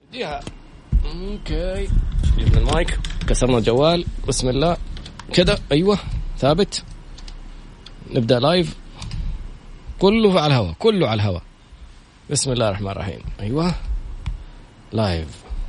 جهة. اوكي جبنا المايك، كسرنا الجوال، بسم الله كده. ايوه ثابت، نبدأ لايف. كله على الهواء، كله على الهواء. بسم الله الرحمن الرحيم. ايوه لايف.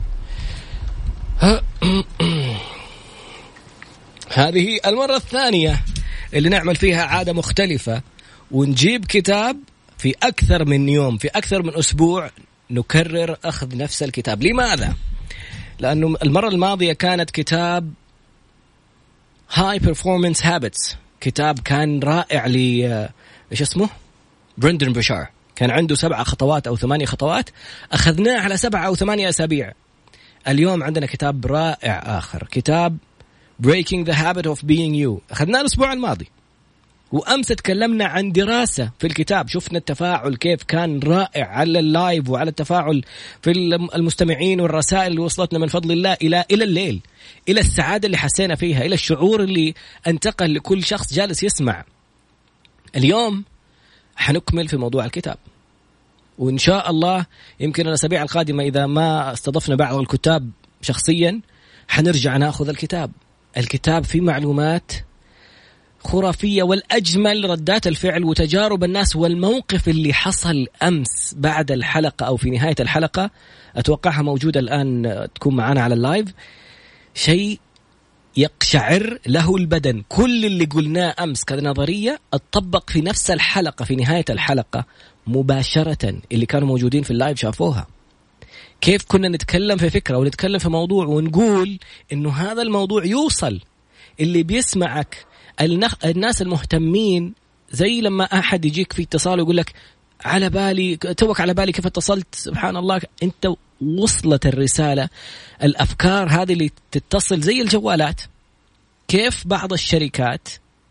هذه المرة الثانية اللي نعمل فيها عادة مختلفة، ونجيب كتاب في أكثر من يوم، في أكثر من أسبوع نكرر أخذ نفس الكتاب. لماذا؟ لأنه المرة الماضية كانت كتاب High Performance Habits، كتاب كان رائع إيش اسمه؟ برندن بوشار. كان عنده 7 خطوات أو 8 خطوات، أخذناه على 7 أو 8 أسابيع. اليوم عندنا كتاب رائع آخر، كتاب Breaking the Habit of Being You، أخذناه الأسبوع الماضي. وأمس تكلمنا عن دراسة في الكتاب، شفنا التفاعل كيف كان رائع على اللايف، وعلى التفاعل في المستمعين، والرسائل اللي وصلتنا من فضل الله إلى الليل، إلى السعادة اللي حسينا فيها، إلى الشعور اللي انتقل لكل شخص جالس يسمع. اليوم حنكمل في موضوع الكتاب، وإن شاء الله يمكن الأسابيع القادمة إذا ما استضفنا بعض الكتاب شخصيا حنرجع نأخذ الكتاب. الكتاب فيه معلومات خرافية، والأجمل ردات الفعل وتجارب الناس، والموقف اللي حصل أمس بعد الحلقة أو في نهاية الحلقة أتوقعها موجودة الآن، تكون معنا على اللايف. شيء يقشعر له البدن. كل اللي قلناه أمس كنظرية اتطبق في نفس الحلقة، في نهاية الحلقة مباشرة. اللي كانوا موجودين في اللايف شافوها، كيف كنا نتكلم في فكرة ونتكلم في موضوع ونقول إنه هذا الموضوع يوصل اللي بيسمعك، الناس المهتمين. زي لما أحد يجيك في اتصال ويقول لك على بالي، توك على بالي كيف اتصلت، سبحان الله، أنت وصلت الرسالة. الأفكار هذه اللي تتصل زي الجوالات. كيف بعض الشركات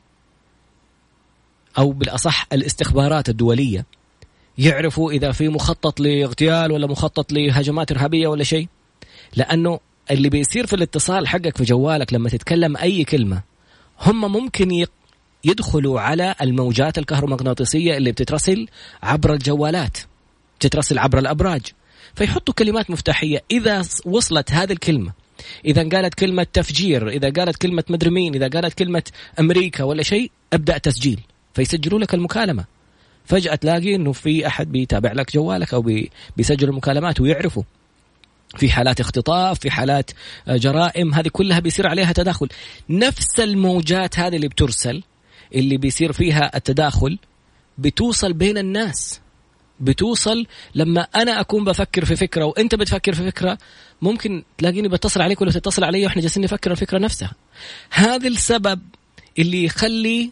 أو بالأصح الاستخبارات الدولية يعرفوا إذا في مخطط لاغتيال ولا مخطط لهجمات إرهابية ولا شيء؟ لأنه اللي بيصير في الاتصال حقك في جوالك لما تتكلم أي كلمة، هم ممكن يدخلوا على الموجات الكهرومغناطيسية اللي بتترسل عبر الجوالات، تترسل عبر الأبراج، فيحطوا كلمات مفتاحية. إذا وصلت هذه الكلمة، إذا قالت كلمة تفجير، إذا قالت كلمة مدري مين، إذا قالت كلمة أمريكا ولا شيء، أبدأ تسجيل، فيسجلوا لك المكالمة. فجأة تلاقي إنه في أحد بيتابع لك جوالك أو بيسجل المكالمات، ويعرفوا في حالات اختطاف، في حالات جرائم، هذه كلها بيصير عليها تداخل. نفس الموجات هذه اللي بترسل، اللي بيصير فيها التداخل، بتوصل بين الناس. بتوصل لما أنا أكون بفكر في فكرة وإنت بتفكر في فكرة، ممكن تلاقيني بتصل عليك ولا تتصل علي وإحنا جالسين نفكر الفكرة نفسها. هذا السبب اللي يخلي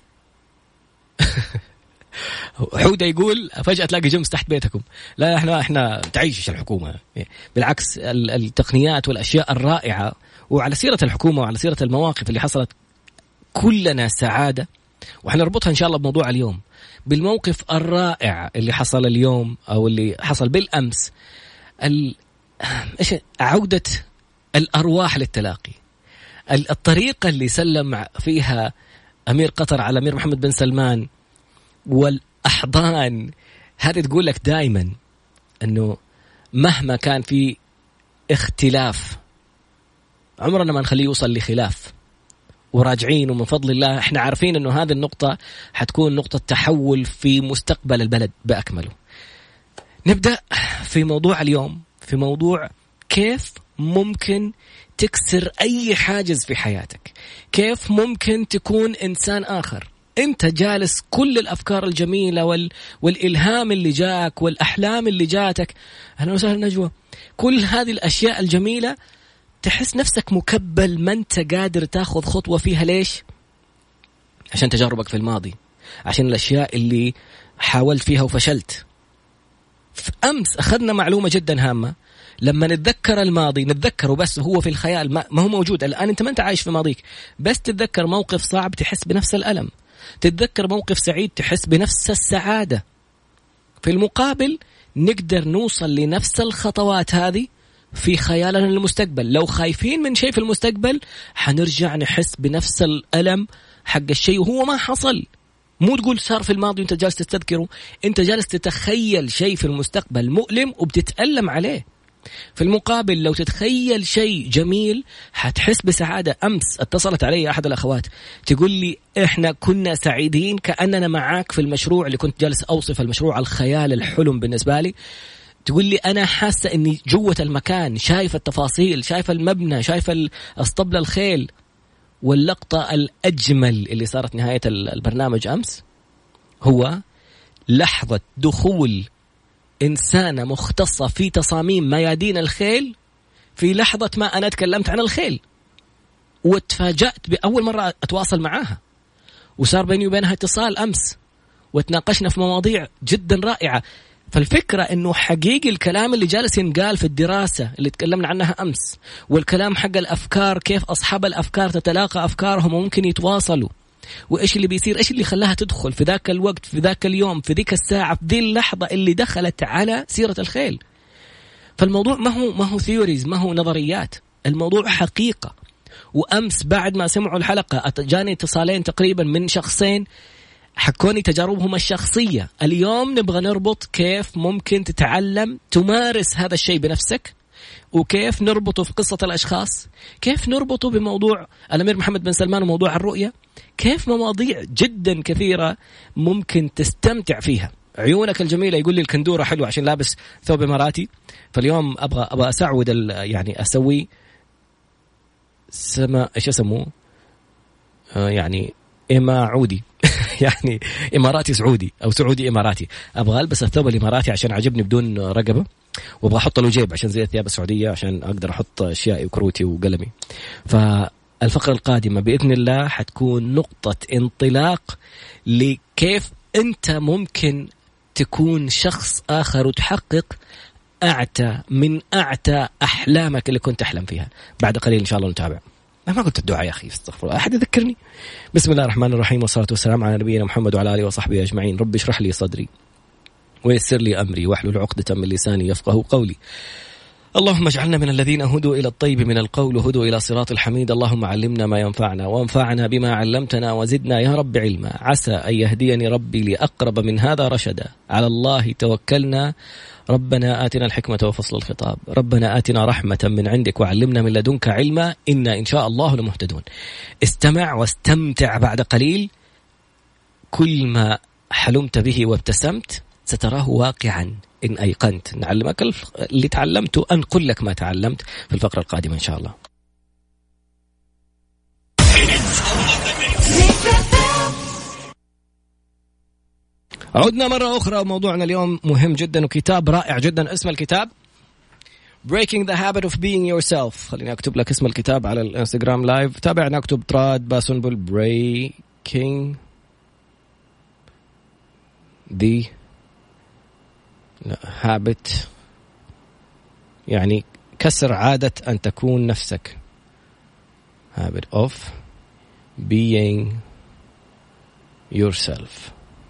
حودة يقول فجأة تلاقي جمس تحت بيتكم. لا، احنا تعيش الحكومة. بالعكس، التقنيات والأشياء الرائعة. وعلى سيرة الحكومة وعلى سيرة المواقف اللي حصلت، كلنا سعادة، وإحنا نربطها إن شاء الله بموضوع اليوم، بالموقف الرائع اللي حصل اليوم أو اللي حصل بالأمس. عودة الأرواح للتلاقي، الطريقة اللي سلم فيها أمير قطر على أمير محمد بن سلمان، والأحضان. هذه تقول لك دائما أنه مهما كان في اختلاف، عمرنا ما نخليه يوصل لخلاف، وراجعين. ومن فضل الله احنا عارفين أنه هذه النقطة حتكون نقطة تحول في مستقبل البلد بأكمله. نبدأ في موضوع اليوم، في موضوع كيف ممكن تكسر أي حاجز في حياتك، كيف ممكن تكون إنسان آخر. أنت جالس، كل الأفكار الجميلة والإلهام اللي جاك والأحلام اللي جاتك، أهلا وسهلا نجوى، كل هذه الأشياء الجميلة تحس نفسك مكبل، ما أنت قادر تاخذ خطوة فيها. ليش؟ عشان تجاربك في الماضي، عشان الأشياء اللي حاولت فيها وفشلت. أمس أخذنا معلومة جدا هامة، لما نتذكر الماضي نتذكره بس هو في الخيال، ما هو موجود الآن. أنت ما أنت عايش في ماضيك، بس تتذكر موقف صعب تحس بنفس الألم، تتذكر موقف سعيد تحس بنفس السعادة. في المقابل نقدر نوصل لنفس الخطوات هذه في خيالنا للمستقبل. لو خايفين من شيء في المستقبل حنرجع نحس بنفس الألم حق الشيء وهو ما حصل. مو تقول صار في الماضي وانت جالس تستذكره، انت جالس تتخيل شيء في المستقبل مؤلم وبتتألم عليه. في المقابل لو تتخيل شيء جميل حتحس بسعادة. أمس اتصلت علي أحد الأخوات تقول لي إحنا كنا سعيدين كأننا معاك في المشروع اللي كنت جالس أوصف، المشروع الخيال الحلم بالنسبة لي. تقول لي أنا حاسة إني جوة المكان، شايف التفاصيل، شايف المبنى، شايف اسطبل الخيل. واللقطة الأجمل اللي صارت نهاية البرنامج أمس هو لحظة دخول إنسانة مختصة في تصاميم ميادين الخيل في لحظة ما أنا تكلمت عن الخيل، وتفاجأت بأول مرة أتواصل معاها، وصار بيني وبينها اتصال أمس وتناقشنا في مواضيع جدا رائعة. فالفكرة أنه حقيقي الكلام اللي جالس ينقال في الدراسة اللي تكلمنا عنها أمس، والكلام حق الأفكار، كيف أصحاب الأفكار تتلاقى أفكارهم وممكن يتواصلوا، وإيش اللي بيصير، إيش اللي خلاها تدخل في ذاك الوقت، في ذاك اليوم، في ذيك الساعة، في ذي اللحظة اللي دخلت على سيرة الخيل. فالموضوع ما هو ثيوريز، ما هو نظريات، الموضوع حقيقة. وأمس بعد ما سمعوا الحلقة جاني اتصالين تقريبا من شخصين حكوني تجاربهم الشخصية. اليوم نبغى نربط كيف ممكن تتعلم تمارس هذا الشيء بنفسك، وكيف نربطه في قصة الأشخاص، كيف نربطه بموضوع الأمير محمد بن سلمان وموضوع الرؤية، كيف مواضيع جدا كثيرة ممكن تستمتع فيها. عيونك الجميلة يقول لي الكندورة حلوة عشان لابس ثوب إماراتي، فاليوم أبغى أسعود يعني أسوي إيش اسمه يعني إماعودي يعني إماراتي سعودي أو سعودي إماراتي. أبغى ألبس الثوب الإماراتي عشان عجبني بدون رقبة، وأبغى أحط له جيب عشان زي الثياب السعودية عشان أقدر أحط أشيائي وكروتي وقلمي. فالفقرة القادمة بإذن الله حتكون نقطة انطلاق لكيف أنت ممكن تكون شخص آخر وتحقق أعتى من أعتى أحلامك اللي كنت تحلم فيها. بعد قليل إن شاء الله نتابع. ما قلت الدعاء يا أخي، استغفر الله، أحد يذكرني. بسم الله الرحمن الرحيم، والصلاة والسلام على نبينا محمد وعلى آله وصحبه أجمعين. رب اشرح لي صدري ويسر لي أمري واحلل عقدة من لساني يفقه قولي. اللهم اجعلنا من الذين هدوا إلى الطيب من القول وهدوا إلى صراط الحميد. اللهم علمنا ما ينفعنا وانفعنا بما علمتنا وزدنا يا رب علما. عسى أن يهديني ربي لأقرب من هذا رشدا. على الله توكلنا. ربنا آتنا الحكمة وفصل الخطاب. ربنا آتنا رحمة من عندك وعلمنا من لدنك علما إنا إن شاء الله لمهتدون. استمع واستمتع. بعد قليل كل ما حلمت به وابتسمت ستراه واقعا إن أيقنت. نعلمك اللي تعلمته، أنقل لك ما تعلمت في الفقرة القادمة إن شاء الله. عدنا مرة أخرى، وموضوعنا اليوم مهم جدا وكتاب رائع جدا. اسم الكتاب Breaking the Habit of Being Yourself. خليني أكتب لك اسم الكتاب على الانستغرام لايف. تابعنا، اكتب طراد باسنبل Breaking the Habit، يعني كسر عادة أن تكون نفسك. Habit of Being Yourself.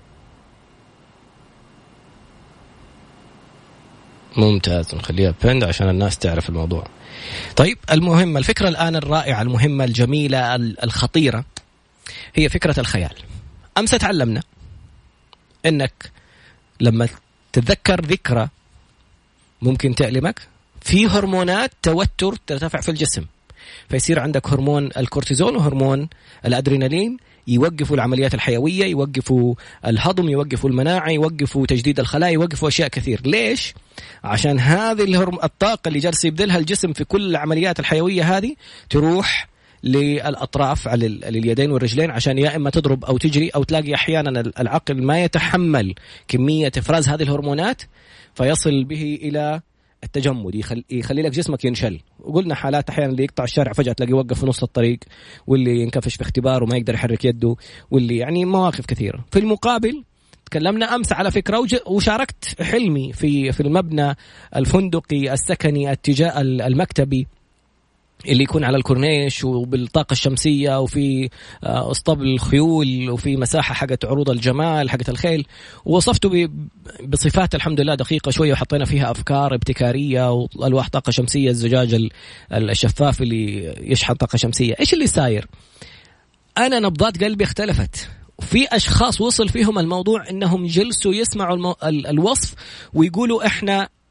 ممتاز، نخليها بند عشان الناس تعرف الموضوع. طيب، المهم الفكرة الآن الرائعة المهمة الجميلة الخطيرة هي فكرة الخيال. أمس تعلمنا أنك لما تتذكر ذكرى ممكن تألمك، في هرمونات توتر ترتفع في الجسم، فيصير عندك هرمون الكورتيزول وهرمون الأدرينالين، يوقفوا العمليات الحيوية، يوقفوا الهضم، يوقفوا المناعة، يوقفوا تجديد الخلايا، يوقفوا أشياء كثير. ليش؟ عشان هذه الطاقة اللي جالس يبذلها الجسم في كل العمليات الحيوية هذه تروح للأطراف على اليدين والرجلين، عشان يا إما تضرب أو تجري، أو تلاقي أحيانا العقل ما يتحمل كمية إفراز هذه الهرمونات فيصل به إلى التجمد، يخلي لك جسمك ينشل. وقلنا حالات أحيانا اللي يقطع الشارع فجأة تلاقي يوقف في نص الطريق، واللي ينكفش في اختبار وما يقدر يحرك يده، واللي يعني مواقف كثيرة. في المقابل تكلمنا أمس على فكرة وشاركت حلمي في المبنى الفندقي السكني اتجاه المكتبي اللي يكون على الكورنيش وبالطاقة الشمسية، وفي اسطبل الخيول، وفي مساحة حقت عروض الجمال حقت الخيل، ووصفته بصفات الحمد لله دقيقة شوية، وحطينا فيها أفكار ابتكارية والألواح طاقة شمسية، الزجاج الشفاف اللي يشحن طاقة شمسية. إيش اللي صاير؟ أنا نبضات قلبي اختلفت، وفي أشخاص وصل فيهم الموضوع إنهم جلسوا يسمعوا الوصف ويقولوا إحنا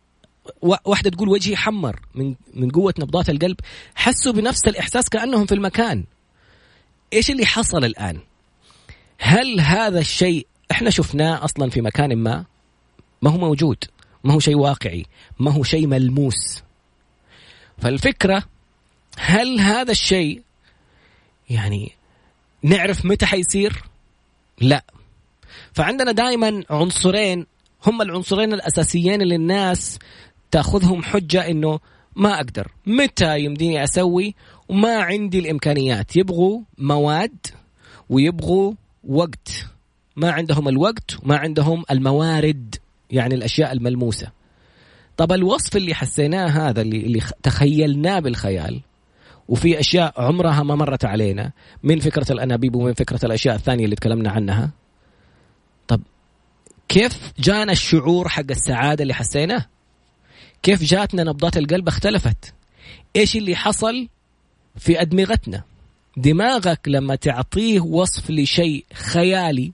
واحدة تقول وجهي حمر من قوة نبضات القلب. حسوا بنفس الإحساس كأنهم في المكان. إيش اللي حصل الآن؟ هل هذا الشيء إحنا شفناه أصلا في مكان ما هو موجود، ما هو شيء واقعي، ما هو شيء ملموس. فالفكرة هل هذا الشيء يعني نعرف متى حيصير؟ لا. فعندنا دائما عنصرين هم العنصرين الأساسيين اللي الناس تأخذهم حجة إنه ما أقدر، متى يمديني أسوي وما عندي الإمكانيات. يبغوا مواد ويبغوا وقت، ما عندهم الوقت وما عندهم الموارد، يعني الأشياء الملموسة. طب الوصف اللي حسيناه هذا اللي تخيلناه بالخيال، وفي أشياء عمرها ما مرت علينا من فكرة الأنابيب ومن فكرة الأشياء الثانية اللي تكلمنا عنها، طب كيف جانا الشعور حق السعادة اللي حسيناه؟ كيف جاتنا نبضات القلب اختلفت؟ إيش اللي حصل في أدمغتنا؟ دماغك لما تعطيه وصف لشيء خيالي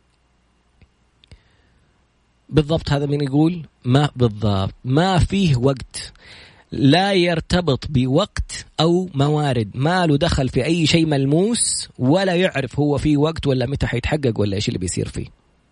بالضبط، هذا من يقول ما بالضبط، ما فيه وقت، لا يرتبط بوقت أو موارد، ما له دخل في أي شيء ملموس، ولا يعرف هو فيه وقت ولا متى حيتحقق ولا إيش اللي بيصير فيه.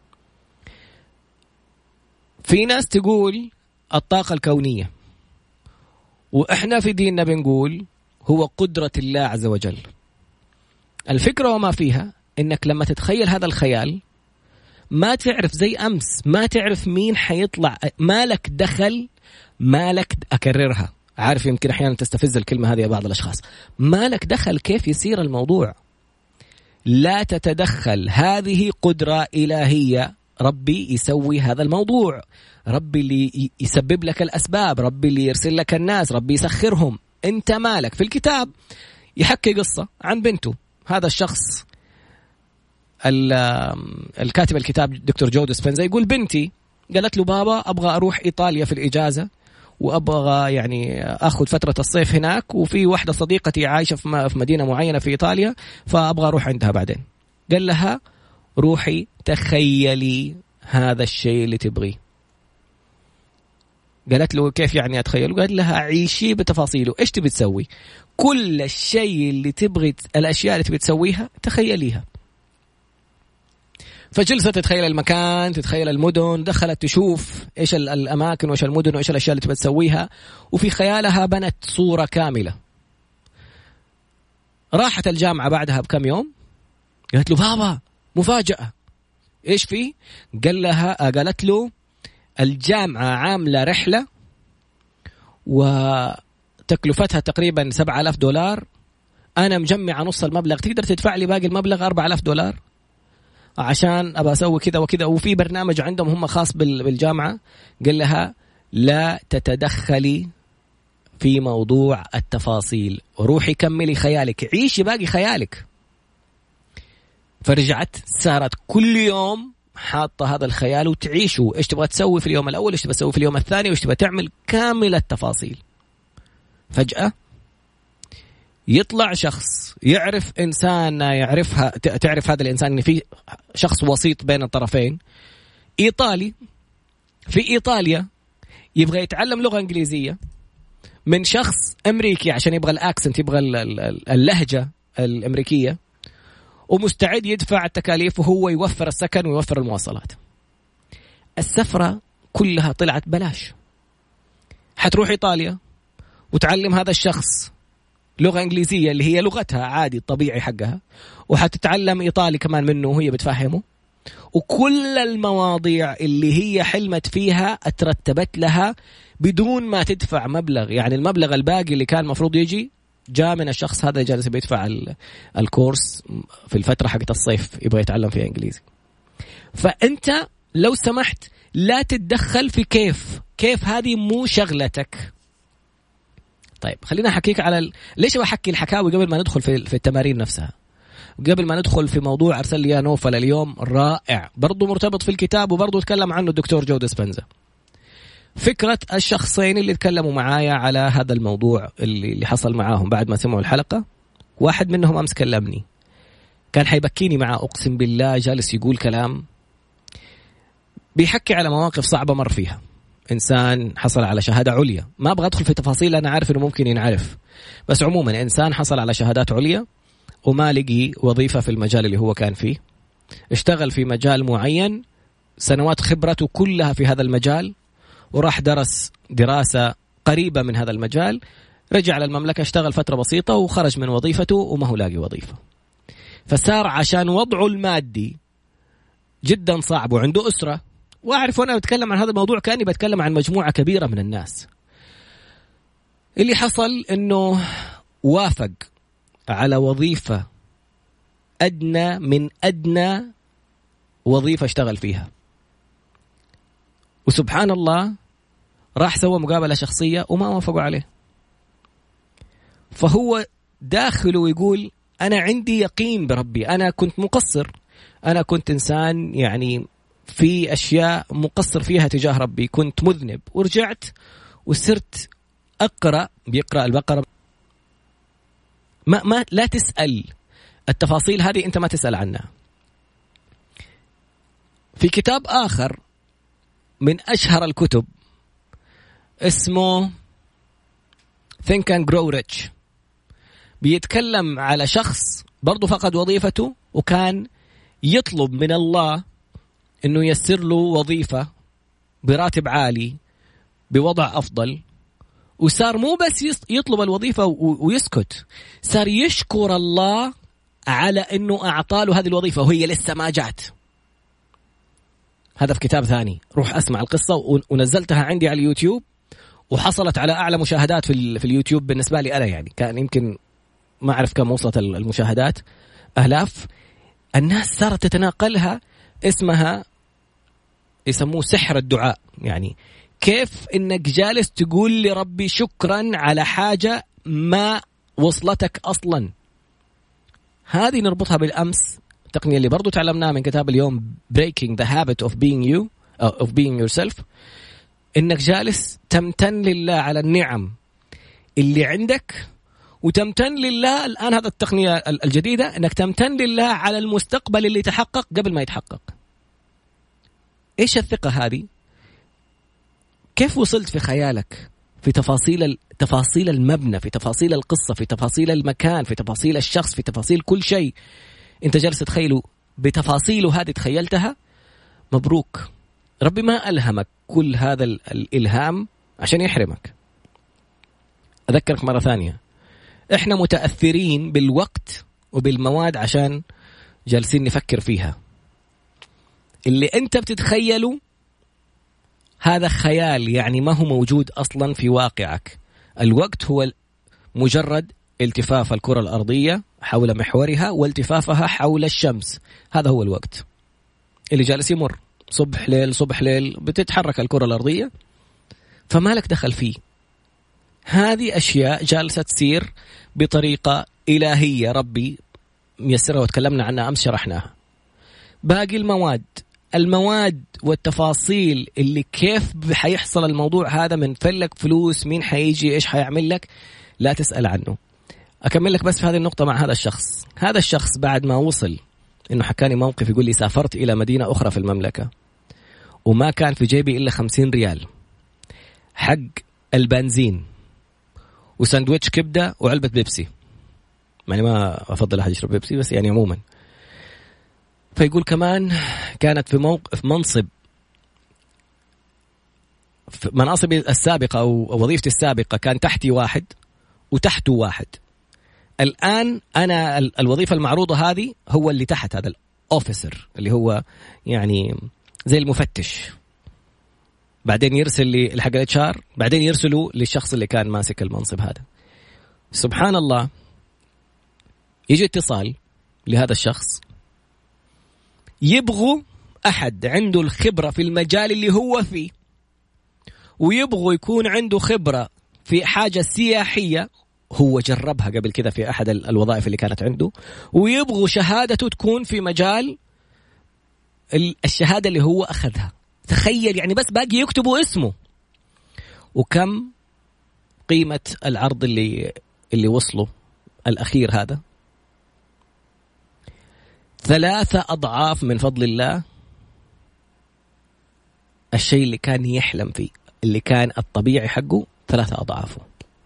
في ناس تقول الطاقة الكونية، وإحنا في ديننا بنقول هو قدرة الله عز وجل. الفكرة وما فيها إنك لما تتخيل هذا الخيال ما تعرف زي أمس، ما تعرف مين حيطلع، مالك دخل، مالك، أكررها، عارف يمكن أحيانا تستفز الكلمة هذه بعض الأشخاص، مالك دخل كيف يصير الموضوع. لا تتدخل، هذه قدرة إلهية، ربي يسوي هذا الموضوع، ربي اللي يسبب لك الأسباب، ربي اللي يرسل لك الناس، ربي يسخرهم، أنت مالك. في الكتاب يحكي قصة عن بنته، هذا الشخص الكاتب الكتاب دكتور جو ديسبنزا يقول بنتي قالت له بابا أبغى أروح إيطاليا في الإجازة، وأبغى يعني أخذ فترة الصيف هناك، وفي واحدة صديقتي عايشة في مدينة معينة في إيطاليا فأبغى أروح عندها بعدين. قال لها روحي تخيلي هذا الشيء اللي تبغيه. قالت له كيف يعني أتخيل؟ قال لها عيشي بتفاصيله، إيش تبي تسوي؟ كل الشيء اللي تبغي، الأشياء اللي تبي تسويها تخيليها. فجلست تتخيل المكان، تتخيل المدن، دخلت تشوف إيش الأماكن وإيش المدن وإيش الأشياء اللي تبي تسويها، وفي خيالها بنت صورة كاملة. راحت الجامعة بعدها بكم يوم، قالت له بابا مفاجأة. إيش فيه؟ قالت له الجامعة عاملة رحلة وتكلفتها تقريبا $7,000، أنا مجمع نص المبلغ، تقدر تدفع لي باقي المبلغ $4,000 عشان أبى أسوي كذا وكذا، وفي برنامج عندهم هم خاص بالجامعة. قال لها لا تتدخلي في موضوع التفاصيل، روحي كملي خيالك، عيشي باقي خيالك. فرجعت صارت كل يوم حاطة هذا الخيال وتعيشه، إيش تبغى تسوي في اليوم الأول، إيش تبغى تسوي في اليوم الثاني، وإيش تبغى تعمل، كامل التفاصيل. فجأة يطلع شخص يعرف إنسان يعرفها، تعرف هذا الإنسان إن في شخص وسيط بين الطرفين، إيطالي في إيطاليا يبغى يتعلم لغة إنجليزية من شخص أمريكي عشان يبغى الأكسنت، يبغى اللهجة الأمريكية، ومستعد يدفع التكاليف وهو يوفر السكن ويوفر المواصلات. السفرة كلها طلعت بلاش. حتروح إيطاليا وتعلم هذا الشخص لغة إنجليزية اللي هي لغتها عادي الطبيعي حقها، وحتتعلم إيطالي كمان منه وهي بتفهمه، وكل المواضيع اللي هي حلمت فيها اترتبت لها بدون ما تدفع مبلغ. يعني المبلغ الباقي اللي كان مفروض يجي جاء من الشخص هذا جالس بيدفع الكورس في الفترة حقت الصيف يبغى يتعلم فيها إنجليزي. فأنت لو سمحت لا تتدخل في كيف هذه مو شغلتك. طيب خلينا أحكيك على ليش بحكي الحكاوي قبل ما ندخل في التمارين نفسها، قبل ما ندخل في موضوع أرسل لي نوفل اليوم رائع برضو مرتبط في الكتاب وبرضو تكلم عنه الدكتور جو ديسبنزا. فكرة الشخصين اللي تكلموا معايا على هذا الموضوع اللي حصل معاهم بعد ما سمعوا الحلقة، واحد منهم أمس كلمني كان حيبكيني معاه، أقسم بالله جالس يقول كلام بيحكي على مواقف صعبة مر فيها إنسان حصل على شهادة عليا، ما أبغى أدخل في تفاصيل، أنا عارف إنه ممكن ينعرف، بس عموما إنسان حصل على شهادات عليا وما لقي وظيفة في المجال اللي هو كان فيه، اشتغل في مجال معين، سنوات خبرته كلها في هذا المجال، وراح درس دراسة قريبة من هذا المجال، رجع للمملكة اشتغل فترة بسيطة وخرج من وظيفته وما هو لاقي وظيفة، فصار عشان وضعه المادي جدا صعب وعنده أسرة. وأعرف وأنا بتكلم عن هذا الموضوع كأني بتكلم عن مجموعة كبيرة من الناس. اللي حصل إنه وافق على وظيفة أدنى من أدنى وظيفة اشتغل فيها، وسبحان الله راح سوى مقابلة شخصية وما وافقوا عليه. فهو داخله ويقول أنا عندي يقين بربي، أنا كنت مقصر، أنا كنت إنسان يعني في أشياء مقصر فيها تجاه ربي، كنت مذنب، ورجعت وصرت بيقرأ البقرة. ما لا تسأل التفاصيل هذه، أنت ما تسأل عنها. في كتاب آخر من أشهر الكتب اسمه Think and Grow Rich، بيتكلم على شخص برضو فقد وظيفته وكان يطلب من الله إنه ييسر له وظيفة براتب عالي بوضع أفضل، وصار مو بس يطلب الوظيفة ويسكت، صار يشكر الله على إنه أعطاله هذه الوظيفة وهي لسه ما جات. هذا في كتاب ثاني، روح أسمع القصة، ونزلتها عندي على اليوتيوب وحصلت على أعلى مشاهدات في اليوتيوب بالنسبة لي أنا، يعني كان يمكن ما أعرف كم وصلت المشاهدات، آلاف الناس صارت تتناقلها. اسمها يسموه سحر الدعاء، يعني كيف إنك جالس تقول لربي شكرا على حاجة ما وصلتك أصلا. هذه نربطها بالأمس، التقنية اللي برضو تعلمناها من كتاب اليوم Breaking the Habit of Being Yourself، إنك جالس تمتن لله على النعم اللي عندك، وتمتن لله الآن، هذا التقنية الجديدة، إنك تمتن لله على المستقبل اللي تحقق قبل ما يتحقق. إيش الثقة هذه؟ كيف وصلت في خيالك في تفاصيل المبنى، في تفاصيل القصة، في تفاصيل المكان، في تفاصيل الشخص، في تفاصيل كل شيء أنت جالس تتخيله بتفاصيله هذه تخيلتها. مبروك، ربي ما ألهمك كل هذا الإلهام عشان يحرمك. أذكرك مرة ثانية، إحنا متأثرين بالوقت وبالمواد عشان جالسين نفكر فيها. اللي أنت بتتخيله هذا خيال، يعني ما هو موجود أصلا في واقعك. الوقت هو مجرد التفاف الكرة الأرضية حول محورها والتفافها حول الشمس، هذا هو الوقت اللي جالس يمر، صبح ليل صبح ليل بتتحرك الكرة الأرضية، فما لك دخل فيه. هذه أشياء جالسة تصير بطريقة إلهية ربي ميسرها وتكلمنا عنها أمس، شرحناها. باقي المواد والتفاصيل اللي كيف حيحصل الموضوع هذا، من فلك فلوس، مين حيجي، إيش حيعمل لك، لا تسأل عنه. أكمل لك بس في هذه النقطة مع هذا الشخص بعد ما وصل، إنه حكاني موقف، يقول لي سافرت إلى مدينة أخرى في المملكة وما كان في جيبي إلا 50 ريال حق البنزين وساندويتش كبدة وعلبة بيبسي، يعني ما أفضل أحد يشرب بيبسي بس يعني عموما. فيقول كمان كانت في منصب، في مناصبي السابقة أو وظيفتي السابقة كان تحتي واحد وتحته واحد. الآن أنا الوظيفة المعروضة هذه هو اللي تحت هذا الأوفيسر اللي هو يعني زي المفتش، بعدين يرسل لي الحق الاتش ار، بعدين يرسلوا للشخص اللي كان ماسك المنصب هذا. سبحان الله، يجي اتصال لهذا الشخص، يبغوا أحد عنده الخبرة في المجال اللي هو فيه، ويبغوا يكون عنده خبرة في حاجة سياحية هو جربها قبل كذا في أحد الوظائف اللي كانت عنده، ويبغوا شهادته تكون في مجال الشهادة اللي هو أخذها. تخيل يعني، بس باقي يكتبوا اسمه. وكم قيمة العرض اللي وصله الأخير هذا؟ 3 أضعاف من فضل الله الشيء اللي كان يحلم فيه. اللي كان الطبيعي حقه 3 أضعافه.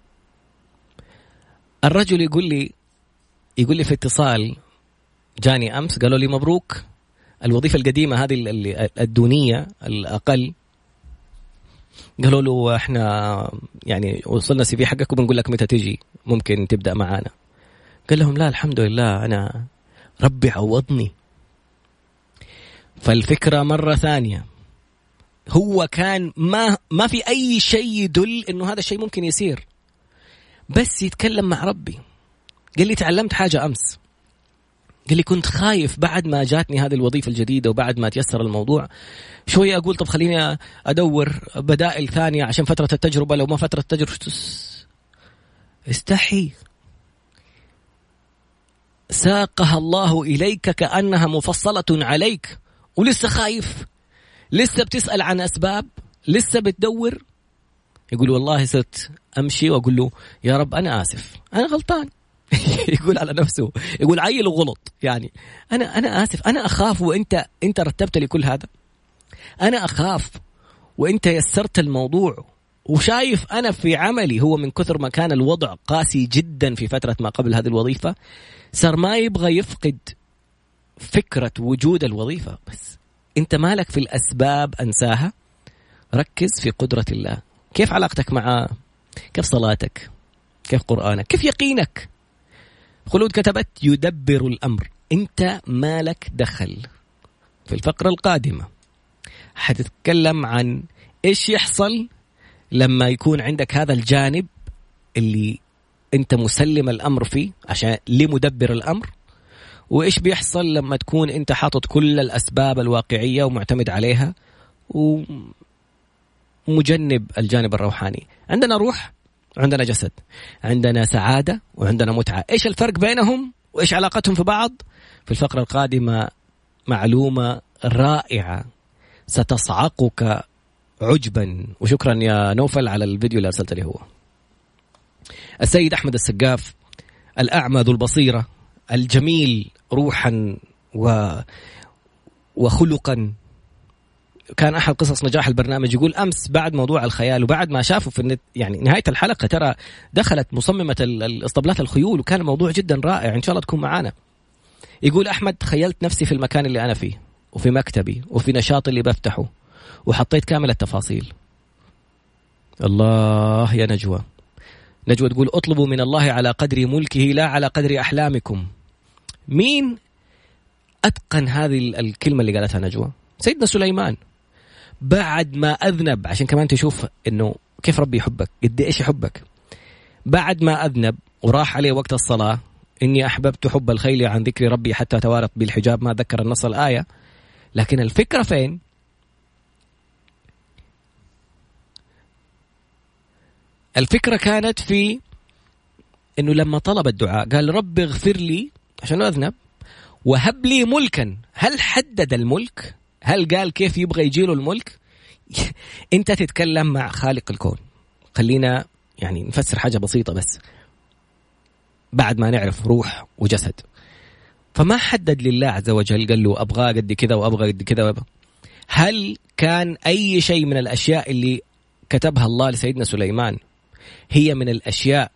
الرجل يقول لي في اتصال جاني أمس، قالوا لي مبروك الوظيفة القديمة هذه الدونية الأقل، قالوا له احنا يعني وصلنا CV حقك وبنقول لك متى تيجي ممكن تبدأ معانا. قال لهم لا الحمد لله أنا ربي عوضني. فالفكرة مرة ثانية، هو كان ما في أي شيء يدل إنه هذا الشيء ممكن يصير، بس يتكلم مع ربي. قال لي تعلمت حاجة أمس، قال لي كنت خايف بعد ما جاتني هذه الوظيفة الجديدة وبعد ما تيسر الموضوع شوية أقول طب خليني أدور بدائل ثانية عشان فترة التجربة، لو ما فترة التجربة استحي. ساقها الله إليك كأنها مفصلة عليك، ولسه خايف، لسه بتسأل عن أسباب، لسه بتدور. يقول والله صرت أمشي وأقول له يا رب أنا آسف، أنا غلطان. يقول على نفسه، يقول عيل وغلط، يعني أنا آسف، أنا أخاف وأنت رتبت لي كل هذا، أنا أخاف وأنت يسرت الموضوع، وشايف أنا في عملي هو من كثر ما كان الوضع قاسي جدا في فترة ما قبل هذه الوظيفة صار ما يبغى يفقد فكرة وجود الوظيفة، بس أنت مالك في الأسباب أنساها، ركز في قدرة الله. كيف علاقتك معه؟ كيف صلاتك؟ كيف قرآنك؟ كيف يقينك؟ خلود كتبت يدبر الأمر، أنت مالك دخل. في الفقرة القادمة حتتكلم عن إيش يحصل لما يكون عندك هذا الجانب اللي أنت مسلم الأمر فيه عشان لمدبر الأمر، وإيش بيحصل لما تكون أنت حاطط كل الأسباب الواقعية ومعتمد عليها ومجنب الجانب الروحاني. عندنا روح وعندنا جسد، عندنا سعادة وعندنا متعة، إيش الفرق بينهم وإيش علاقتهم في بعض؟ في الفقرة القادمة معلومة رائعة ستصعقك عجبا. وشكرا يا نوفل على الفيديو اللي أرسلت لي. هو السيد أحمد السقاف، الأعمى ذو البصيرة، الجميل روحا وخلقا، كان أحد قصص نجاح البرنامج. يقول أمس بعد موضوع الخيال وبعد ما شافوا في النت يعني نهاية الحلقة ترى دخلت مصممة الاسطبلات الخيول وكان الموضوع جدا رائع، إن شاء الله تكون معانا. يقول أحمد تخيلت نفسي في المكان اللي أنا فيه وفي مكتبي وفي نشاط اللي بفتحه وحطيت كامل التفاصيل. الله يا نجوى. نجوى تقول اطلبوا من الله على قدر ملكه لا على قدر أحلامكم. مين أتقن هذه الكلمة اللي قالتها نجوى؟ سيدنا سليمان بعد ما أذنب، عشان كمان تشوف إنه كيف ربي يحبك، قد إيش يحبك. بعد ما أذنب وراح عليه وقت الصلاة، إني أحببت حب الخيل عن ذكر ربي حتى توارت بالحجاب، ما ذكر النص الآية، لكن الفكرة فين؟ الفكرة كانت في إنه لما طلب الدعاء قال رب اغفر لي عشان أذنب وهب لي ملكا. هل حدد الملك؟ هل قال كيف يبغى يجيله الملك؟ أنت تتكلم مع خالق الكون. خلينا يعني نفسر حاجة بسيطة بس بعد ما نعرف روح وجسد. فما حدد لله عز وجل قال له أبغى قد كذا وأبغى قد كذا وأبغى. هل كان أي شيء من الأشياء اللي كتبها الله لسيدنا سليمان هي من الأشياء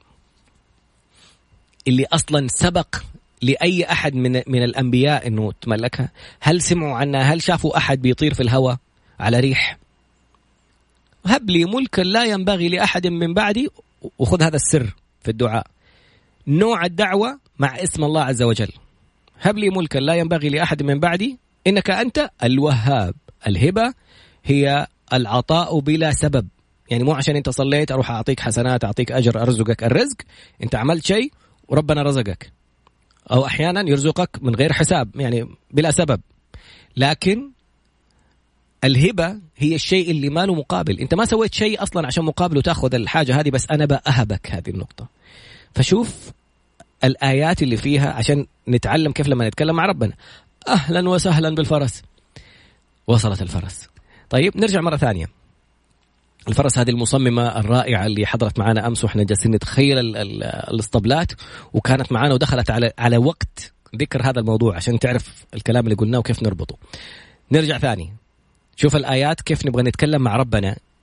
اللي أصلا سبق لأي أحد من الأنبياء إنه تملكها؟ هل سمعوا عنها؟ هل شافوا أحد بيطير في الهواء على ريح؟ هب لي ملكا لا ينبغي لأحد من بعدي. وخذ هذا السر في الدعاء، نوع الدعوة مع اسم الله عز وجل. هب لي ملكا لا ينبغي لأحد من بعدي إنك أنت الوهاب. الهبة هي العطاء بلا سبب، يعني مو عشان أنت صليت أروح أعطيك حسنات أعطيك أجر أرزقك. الرزق أنت عملت شيء وربنا رزقك، أو أحيانا يرزقك من غير حساب يعني بلا سبب. لكن الهبة هي الشيء اللي ما له مقابل، أنت ما سويت شيء أصلا عشان مقابله تأخذ الحاجة هذه، بس أنا بأهبك هذه النقطة. فشوف الآيات اللي فيها عشان نتعلم كيف لما نتكلم مع ربنا. أهلا وسهلا بالفرس. وصلت الفرس. طيب نرجع مرة ثانية. الفرس هذه المصممة الرائعة اللي حضرت معنا أمس وإحنا جالسين نتخيل الاسطبلات وكانت معنا ودخلت على وقت ذكر هذا الموضوع عشان تعرف الكلام اللي قلناه وكيف نربطه. نرجع ثاني، شوف الآيات كيف نبغى نتكلم مع ربنا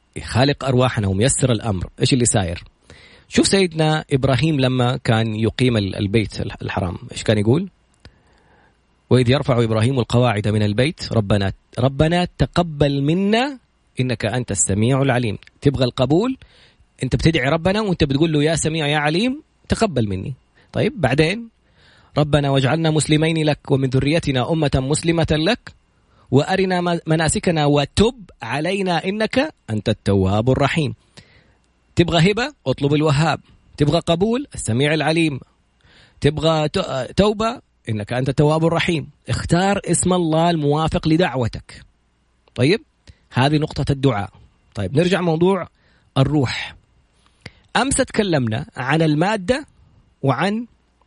خالق أرواحنا وميسر الأمر، إيش اللي ساير؟ شوف سيدنا إبراهيم لما كان يقيم البيت الحرام إيش كان يقول؟ وإذ يرفع إبراهيم القواعد من البيت ربنا تقبل منا إنك أنت السميع العليم. تبغى القبول، أنت بتدعي ربنا وأنت بتقول له يا سميع يا عليم تقبل مني. طيب بعدين ربنا واجعلنا مسلمين لك ومن ذريتنا أمة مسلمة لك وأرنا مناسكنا وتب علينا إنك أنت التواب الرحيم. تبغى هبة اطلب الوهاب، تبغى قبول السميع العليم، تبغى توبة إنك أنت التواب الرحيم. اختار اسم الله الموافق لدعوتك. طيب هذه نقطة الدعاء. طيب نرجع موضوع الروح. أمس تكلمنا عن المادة وعن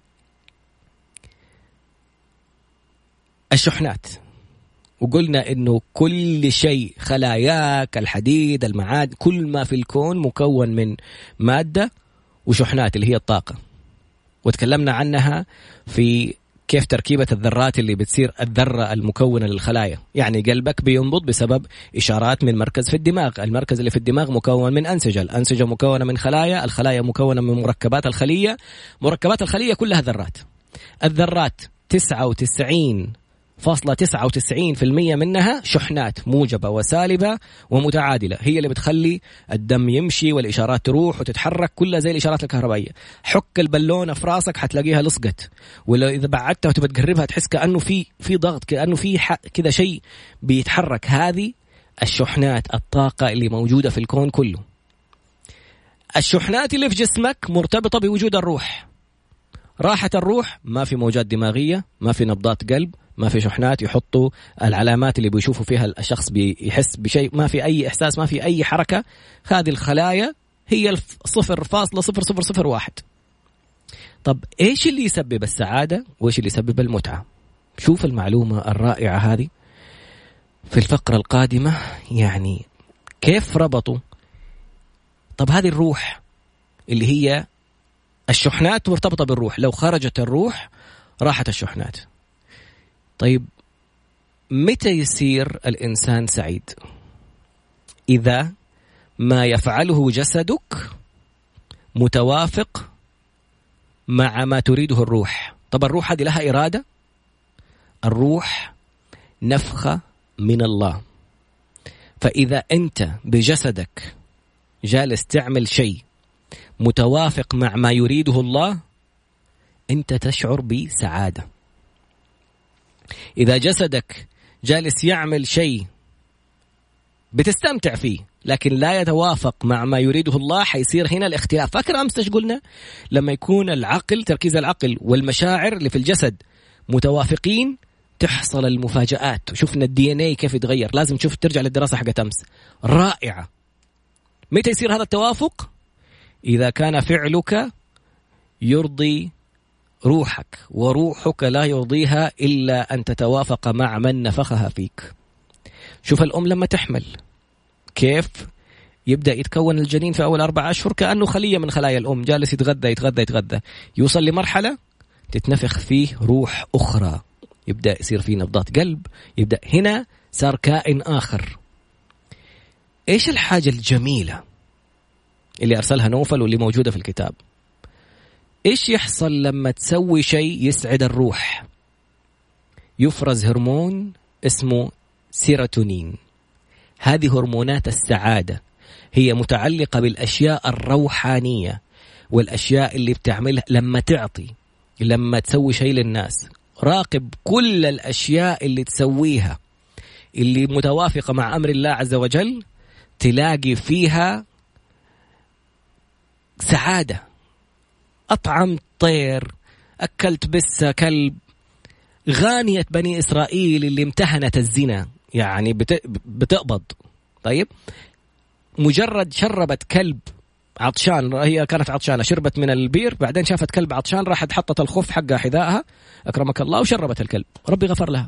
الشحنات، وقلنا إنه كل شيء، خلاياك، الحديد، المعادن، كل ما في الكون مكون من مادة وشحنات اللي هي الطاقة، وتكلمنا عنها في كيف تركيبة الذرات اللي بتصير الذرة المكونة للخلايا. يعني قلبك بينبض بسبب إشارات من مركز في الدماغ، المركز اللي في الدماغ مكون من أنسجة، الأنسجة مكونة من خلايا، الخلايا مكونة من مركبات الخلية، مركبات الخلية كلها ذرات. الذرات 99.99% منها شحنات موجبة وسالبة ومتعادلة، هي اللي بتخلي الدم يمشي والإشارات تروح وتتحرك، كلها زي الإشارات الكهربائية. حك البالونة في راسك حتلاقيها لصقت، ولا إذا بعدتها وتبى تقربها تحس كأنه في ضغط، كأنه في كذا شيء بيتحرك. هذه الشحنات، الطاقة اللي موجودة في الكون كله. الشحنات اللي في جسمك مرتبطة بوجود الروح. راحة الروح ما في موجات دماغية، ما في نبضات قلب، ما في شحنات يحطوا العلامات اللي بيشوفوا فيها الشخص بيحس بشيء، ما في أي إحساس، ما في أي حركة. هذه الخلايا هي 0.0001. طب إيش اللي يسبب السعادة وإيش اللي يسبب المتعة؟ شوف المعلومة الرائعة هذه في الفقرة القادمة. يعني كيف ربطوا؟ طب هذه الروح اللي هي الشحنات مرتبطة بالروح، لو خرجت الروح راحت الشحنات. طيب متى يصير الإنسان سعيد؟ إذا ما يفعله جسدك متوافق مع ما تريده الروح. طب الروح هذه لها إرادة؟ الروح نفخة من الله، فإذا أنت بجسدك جالس تعمل شيء متوافق مع ما يريده الله أنت تشعر بسعادة. إذا جسدك جالس يعمل شيء بتستمتع فيه لكن لا يتوافق مع ما يريده الله، حيصير هنا الاختلاف. فاكر أمس ايش قلنا؟ لما يكون العقل، تركيز العقل والمشاعر اللي في الجسد متوافقين تحصل المفاجآت. وشوفنا الDNA كيف يتغير. لازم تشوف، ترجع للدراسة حقت أمس رائعة. متى يصير هذا التوافق؟ إذا كان فعلك يرضي روحك وروحك لا يرضيها إلا أن تتوافق مع من نفخها فيك. شوف الأم لما تحمل كيف يبدأ يتكون الجنين في أول 4 أشهر كأنه خلية من خلايا الأم، جالس يتغذى، يوصل لمرحلة تتنفخ فيه روح أخرى، يبدأ يصير فيه نبضات قلب، يبدأ هنا صار كائن آخر. إيش الحاجة الجميلة اللي أرسلها نوفل واللي موجودة في الكتاب؟ إيش يحصل لما تسوي شيء يسعد الروح؟ يفرز هرمون اسمه سيروتونين. هذه هرمونات السعادة، هي متعلقة بالأشياء الروحانية والأشياء اللي بتعملها لما تعطي، لما تسوي شيء للناس. راقب كل الأشياء اللي تسويها اللي متوافقة مع أمر الله عز وجل، تلاقي فيها سعادة. أطعمت طير، أكلت بس كلب، غانية بني إسرائيل اللي امتهنت الزنا يعني بتقبض. طيب مجرد شربت كلب عطشان، هي كانت عطشانة، شربت من البير، بعدين شافت كلب عطشان، راحت حطت الخف حقها حذائها أكرمك الله وشربت الكلب، ربي غفر لها.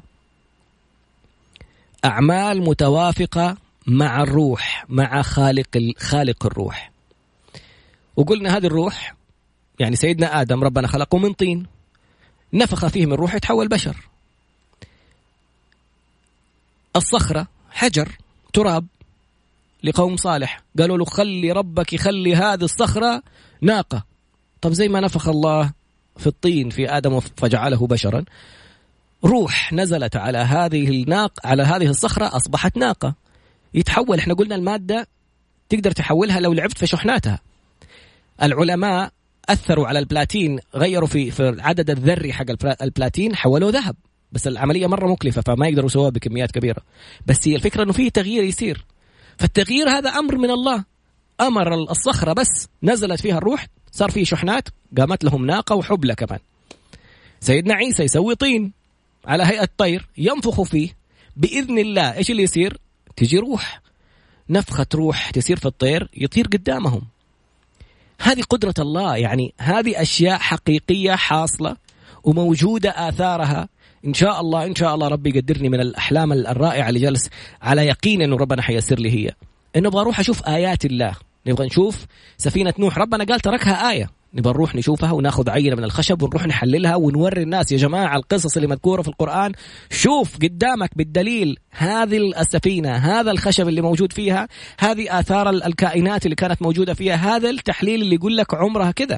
أعمال متوافقة مع الروح، مع خالق الروح. وقلنا هذه الروح يعني سيدنا آدم ربنا خلقه من طين، نفخ فيه من روح يتحول بشر. الصخرة حجر تراب، لقوم صالح، قالوا له خلي ربك يخلي هذه الصخرة ناقة. طب زي ما نفخ الله في الطين في آدم فجعله بشرا، روح نزلت على هذه الناقة، على هذه الصخرة، أصبحت ناقة. يتحول، احنا قلنا المادة تقدر تحولها لو لعبت في شحناتها. العلماء أثروا على البلاتين، غيروا في العدد الذري حق البلاتين، حولوه ذهب، بس العملية مرة مكلفة فما يقدروا يسووها بكميات كبيرة. بس هي الفكرة أنه فيه تغيير يصير، فالتغيير هذا أمر من الله. أمر الصخرة بس نزلت فيها الروح، صار فيه شحنات، قامت لهم ناقة وحبلة كمان. سيدنا عيسى يسوي طين على هيئة طير، ينفخ فيه بإذن الله. إيش اللي يصير؟ تجي روح، نفخة روح تصير في الطير، يطير قدامهم. هذه قدرة الله، يعني هذه أشياء حقيقية حاصلة وموجودة آثارها. إن شاء الله إن شاء الله ربي يقدرني من الأحلام الرائعة اللي جالس على يقين إنه ربنا حيسر لي هي، إنه أبغى أروح أشوف آيات الله. نبغى نشوف سفينة نوح، ربنا قال تركها آية، نبغى نروح نشوفها وناخذ عينة من الخشب ونروح نحللها ونوري الناس يا جماعة القصص اللي مذكورة في القرآن، شوف قدامك بالدليل هذه السفينة، هذا الخشب اللي موجود فيها، هذه آثار الكائنات اللي كانت موجودة فيها، هذا التحليل اللي يقول لك عمرها كذا.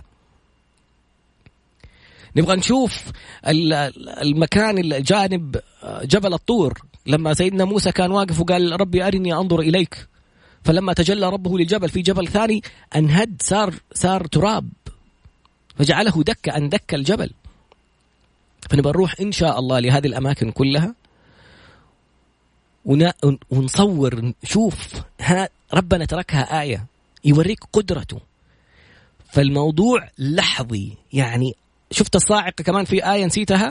نبغى نشوف المكان الجانب جبل الطور، لما سيدنا موسى كان واقف وقال ربي أرني أنظر إليك، فلما تجلى ربه للجبل في جبل ثاني انهد، صار تراب، فجعله دكة، أن دك الجبل. فنبغى نروح إن شاء الله لهذه الأماكن كلها ونصور، نشوف ربنا تركها آية يوريك قدرته. فالموضوع لحظي، يعني شفت الصاعقة كمان في آية نسيتها،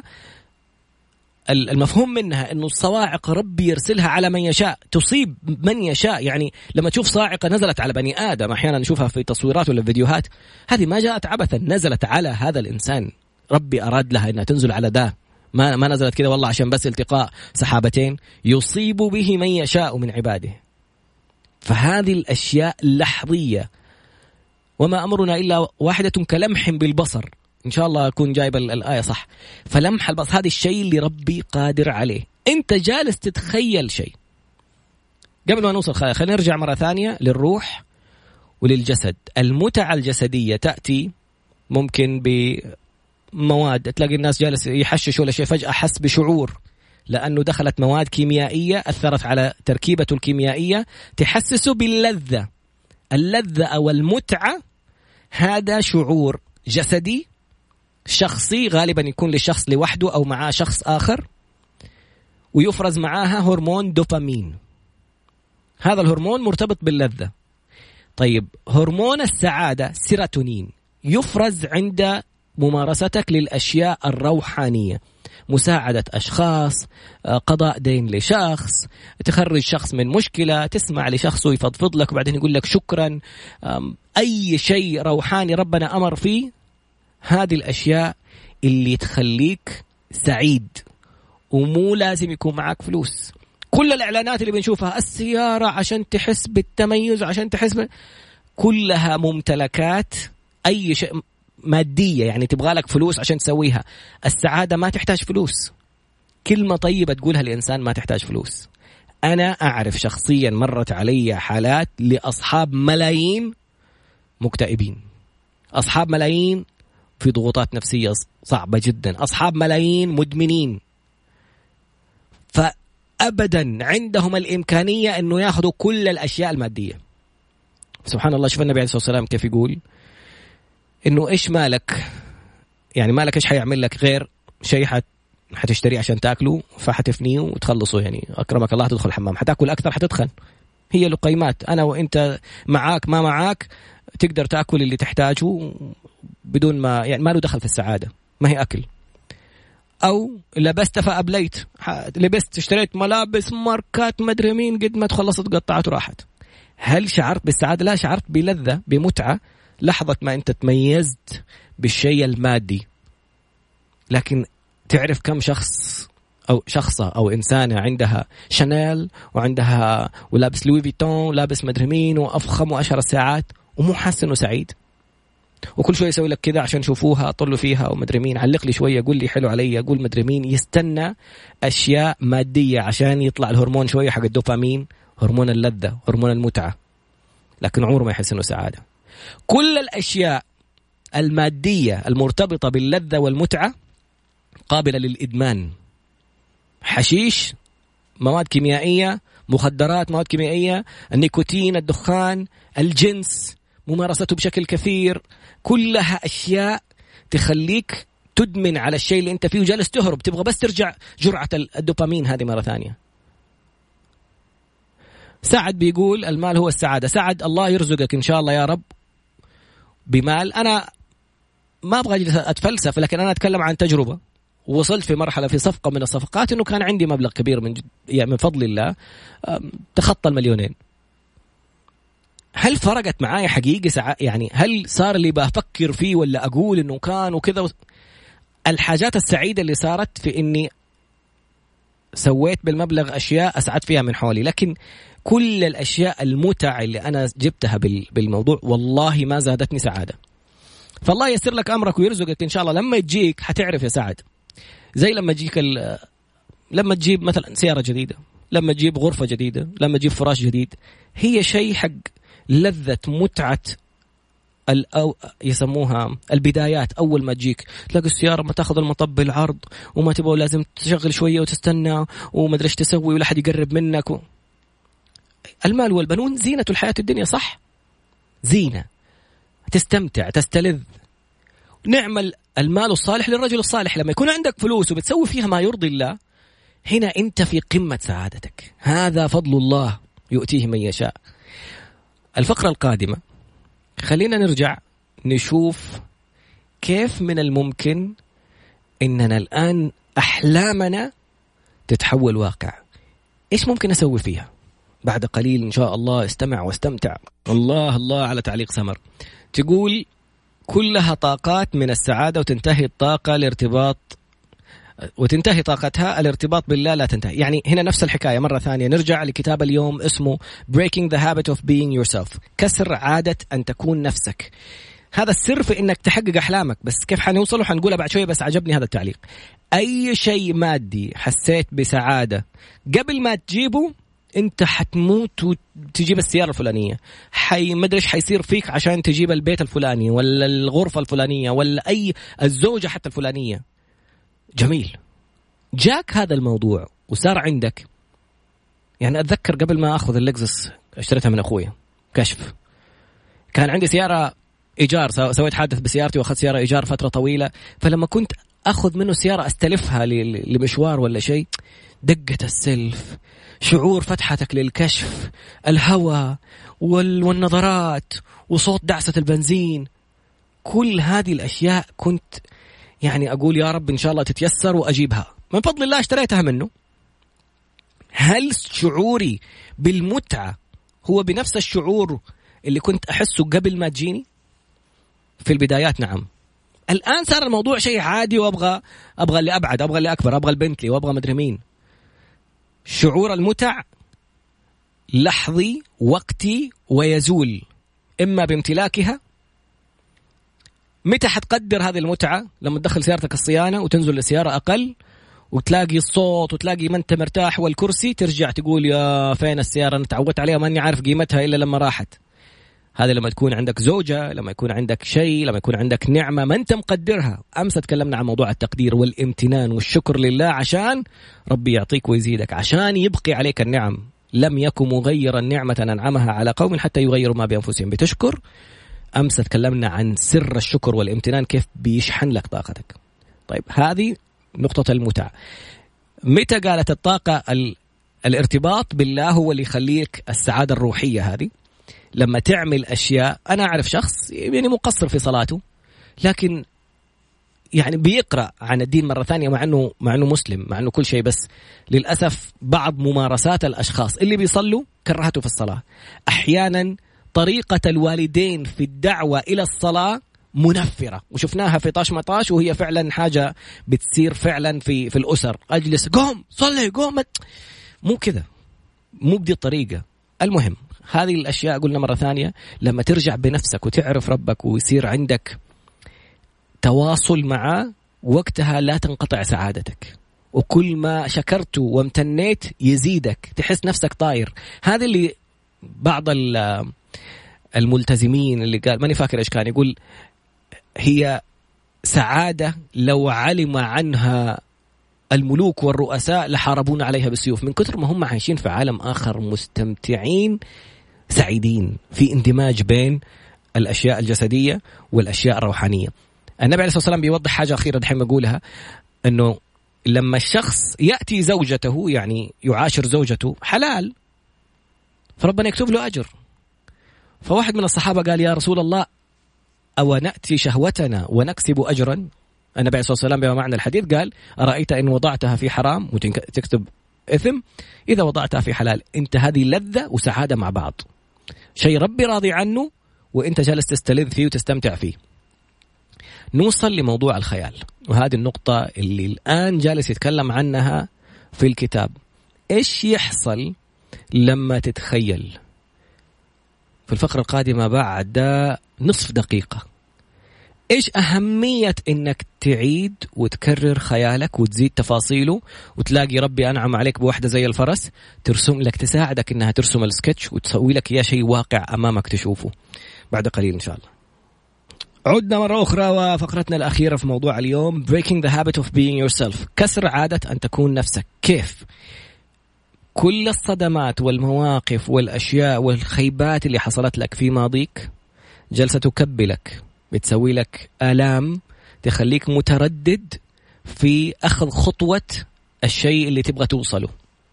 المفهوم منها أنه الصواعق ربي يرسلها على من يشاء، تصيب من يشاء. يعني لما تشوف صاعقة نزلت على بني آدم، أحيانا نشوفها في تصويرات ولا فيديوهات، هذه ما جاءت عبثا، نزلت على هذا الإنسان، ربي أراد لها أنها تنزل على ده، ما نزلت كده والله عشان بس التقاء سحابتين، يصيب به من يشاء من عباده. فهذه الأشياء لحظية، وما أمرنا إلا واحدة كلمح بالبصر. إن شاء الله أكون جايب الآية صح. فلمح البصر هذا الشيء اللي ربي قادر عليه. أنت جالس تتخيل شيء. قبل ما نوصل خلينا نرجع مرة ثانية للروح وللجسد. المتعة الجسدية تأتي ممكن بمواد، تلاقي الناس جالس يحشش ولا شيء، فجأة حس بشعور لأنه دخلت مواد كيميائية أثرت على تركيبته الكيميائية تحسسه باللذة. اللذة أو المتعة هذا شعور جسدي شخصي، غالبا يكون للشخص لوحده أو معاه شخص آخر، ويفرز معاها هرمون دوبامين. هذا الهرمون مرتبط باللذة. طيب هرمون السعادة سيروتونين يفرز عند ممارستك للأشياء الروحانية، مساعدة أشخاص، قضاء دين لشخص، تخرج شخص من مشكلة، تسمع لشخص ويفضفض لك وبعدين يقول لك شكرا، أي شيء روحاني ربنا أمر فيه. هذه الأشياء اللي تخليك سعيد، ومو لازم يكون معك فلوس. كل الإعلانات اللي بنشوفها، السيارة عشان تحس بالتميز، عشان تحس كلها ممتلكات، أي شيء مادية، يعني تبغى لك فلوس عشان تسويها. السعادة ما تحتاج فلوس، كلمة طيبة تقولها الإنسان ما تحتاج فلوس. أنا أعرف شخصيا مرت علي حالات لأصحاب ملايين مكتئبين، أصحاب ملايين في ضغوطات نفسية صعبة جدا، أصحاب ملايين مدمنين، فأبدا عندهم الإمكانية أنه يأخذوا كل الأشياء المادية. سبحان الله، شوف النبي عليه الصلاة والسلام كيف يقول إنه إيش مالك، يعني مالك إيش حيعمل لك غير شيء حتشتريه عشان تأكله فحتفنيه وتخلصه، يعني أكرمك الله تدخل الحمام حتأكل أكثر حتدخن. هي لقيمات، أنا وإنت معاك ما معاك تقدر تأكل اللي تحتاجه بدون ما، يعني ما له دخل في السعادة، ما هي أكل. أو لبست فأبليت، لبست اشتريت ملابس ماركات مدري مين، قد ما تخلصت قطعت وراحت. هل شعرت بالسعادة؟ لا، شعرت بلذة بمتعة لحظة ما أنت تميزت بالشيء المادي. لكن تعرف كم شخص أو شخصة أو إنسانة عندها شانيل وعندها ولابس لوي فيتون لابس مدري مين وأفخم وأشهر الساعات ومو حاسس إنه سعيد، وكل شوي يسوي لك كذا عشان شوفوها طلوا فيها ومدري مين، علق لي شوية، قول لي حلو علي، قول مدري مين، يستنى أشياء مادية عشان يطلع الهرمون شوية حق الدوبامين، هرمون اللذة، هرمون المتعة. لكن عمره ما يحس إنه سعادة. كل الأشياء المادية المرتبطة باللذة والمتعة قابلة للإدمان. حشيش، مواد كيميائية، مخدرات، مواد كيميائية، النيكوتين، الدخان، الجنس، ممارسته بشكل كثير، كلها أشياء تخليك تدمن على الشيء اللي أنت فيه وجالس تهرب، تبغى بس ترجع جرعة الدوبامين هذه مرة ثانية. سعد بيقول المال هو السعادة. سعد الله يرزقك إن شاء الله يا رب بمال. أنا ما أبغى أتفلسف، لكن أنا أتكلم عن تجربة. وصلت في مرحلة في صفقة من الصفقات إنه كان عندي مبلغ كبير من فضل الله تخطى 2,000,000. هل فرقت معايا حقيقي يعني هل صار اللي بفكر فيه ولا أقول إنه كان وكذا؟ الحاجات السعيدة اللي صارت في إني سويت بالمبلغ أشياء أسعد فيها من حولي، لكن كل الأشياء المتع اللي أنا جبتها بالموضوع والله ما زادتني سعادة. فالله يسر لك أمرك ويرزقك إن شاء الله. لما يجيك حتعرف يا سعد، زي لما يجيك لما تجيب مثلا سيارة جديدة، لما تجيب غرفة جديدة، لما تجيب فراش جديد، هي شيء حق لذة متعة يسموها البدايات. أول ما تجيك تلاقي السيارة ما تاخذ المطب بالعرض وما تبغى لازم تشغل شوية وتستنى وما أدري إيش تسوي ولا حد يقرب منك المال والبنون زينة الحياة الدنيا، صح؟ زينة، تستمتع، تستلذ. نعمل المال الصالح للرجل الصالح. لما يكون عندك فلوس وبتسوي فيها ما يرضي الله، هنا أنت في قمة سعادتك. هذا فضل الله يؤتيه من يشاء. الفقرة القادمة خلينا نرجع نشوف كيف من الممكن إننا الآن أحلامنا تتحول واقع. إيش ممكن أسوي فيها؟ بعد قليل إن شاء الله. استمع واستمتع. الله الله على تعليق سمر، تقول كلها طاقات من السعادة وتنتهي طاقتها الارتباط بالله لا تنتهي. يعني هنا نفس الحكاية مرة ثانية. نرجع لكتاب اليوم اسمه Breaking the Habit of Being Yourself، كسر عادة أن تكون نفسك. هذا السر في إنك تحقق أحلامك. بس كيف حنوصله حنقولها بعد شوية. بس عجبني هذا التعليق. أي شيء مادي حسيت بسعادة قبل ما تجيبه، انت حتموت وتجيب السيارة الفلانية، ما ادري ايش حيصير فيك عشان تجيب البيت الفلاني ولا الغرفة الفلانية ولا الزوجة حتى الفلانية. جميل، جاك هذا الموضوع وصار عندك. يعني اتذكر قبل ما اخذ اللكزس اشتريتها من اخويا كشف، كان عندي سيارة ايجار، سويت حادث بسيارتي واخذت سيارة ايجار فترة طويلة. فلما كنت اخذ منه سيارة استلفها لمشوار ولا شيء، دقة السلف، شعور فتحتك للكشف، الهواء والنظرات وصوت دعسة البنزين، كل هذه الأشياء كنت يعني أقول يا رب إن شاء الله تتيسر وأجيبها. من فضل الله اشتريتها منه. هل شعوري بالمتعة هو بنفس الشعور اللي كنت أحسه قبل ما تجيني؟ في البدايات نعم. الآن صار الموضوع شيء عادي، وأبغى اللي أبعد، أبغى اللي أكبر، أبغى البنتلي وأبغى مدري مين. شعور المتع لحظي وقتي ويزول، إما بامتلاكها. متى حتقدر هذه المتعة؟ لما تدخل سيارتك الصيانة وتنزل لسيارة أقل وتلاقي الصوت وتلاقي ما أنت مرتاح والكرسي، ترجع تقول يا فين السيارة أنا تعودت عليها ماني عارف قيمتها إلا لما راحت. هذا لما تكون عندك زوجة، لما يكون عندك شيء، لما يكون عندك نعمة ما أنت مقدرها. أمس تكلمنا عن موضوع التقدير والامتنان والشكر لله عشان ربي يعطيك ويزيدك، عشان يبقي عليك النعم. لم يكن مغيرا نعمة أنعمها على قوم حتى يغيروا ما بأنفسهم. بتشكر. أمس تكلمنا عن سر الشكر والامتنان، كيف بيشحن لك طاقتك. طيب هذه نقطة المتع. متى قالت الطاقة الارتباط بالله هو اللي يخليك السعادة الروحية هذه؟ لما تعمل أشياء. أنا أعرف شخص يعني مقصر في صلاته، لكن يعني بيقرأ عن الدين مرة ثانية مع أنه مسلم، مع أنه كل شيء، بس للأسف بعض ممارسات الأشخاص اللي بيصلوا كرهته في الصلاة. أحيانا طريقة الوالدين في الدعوة إلى الصلاة منفرة، وشفناها في طاش مطاش، وهي فعلا حاجة بتصير فعلا في الأسر. أجلس قوم صلي قوم، مو كذا، مو بدي الطريقة. المهم هذه الأشياء قلنا مرة ثانية، لما ترجع بنفسك وتعرف ربك ويصير عندك تواصل معه، وقتها لا تنقطع سعادتك، وكل ما شكرت وامتنيت يزيدك، تحس نفسك طاير. هذا اللي بعض الملتزمين اللي قال ماني فاكر إيش كان يقول هي سعادة لو علم عنها الملوك والرؤساء لحاربون عليها بالسيوف، من كثر ما هم عايشين في عالم آخر مستمتعين سعيدين في اندماج بين الأشياء الجسدية والأشياء الروحانية. النبي عليه الصلاة والسلام بيوضح حاجة أخيرة دحين بقولها، أنه لما الشخص يأتي زوجته يعني يعاشر زوجته حلال فربنا يكتب له أجر. فواحد من الصحابة قال يا رسول الله أو نأتي شهوتنا ونكسب أجرا؟ النبي عليه الصلاة والسلام بما معنى الحديث قال أرأيت إن وضعتها في حرام وتكتب إثم، إذا وضعتها في حلال أنت هذه لذة وسعادة مع بعض، شيء ربي راضي عنه وأنت جالس تستلذ فيه وتستمتع فيه. نوصل لموضوع الخيال، وهذه النقطة اللي الآن جالس يتكلم عنها في الكتاب. إيش يحصل لما تتخيل؟ في الفقرة القادمة بعد نصف دقيقة. إيش أهمية إنك تعيد وتكرر خيالك وتزيد تفاصيله، وتلاقي ربي أنعم عليك بواحدة زي الفرس ترسم لك، تساعدك إنها ترسم السكتش وتسوي لك يا شيء واقع أمامك تشوفه بعد قليل إن شاء الله. عدنا مرة أخرى وفقرتنا الأخيرة في موضوع اليوم Breaking the habit of being yourself، كسر عادة أن تكون نفسك. كيف؟ كل الصدمات والمواقف والأشياء والخيبات اللي حصلت لك في ماضيك جلسة تكبلك، بتسوي لك آلام تخليك متردد في أخذ خطوة الشيء اللي تبغى توصله.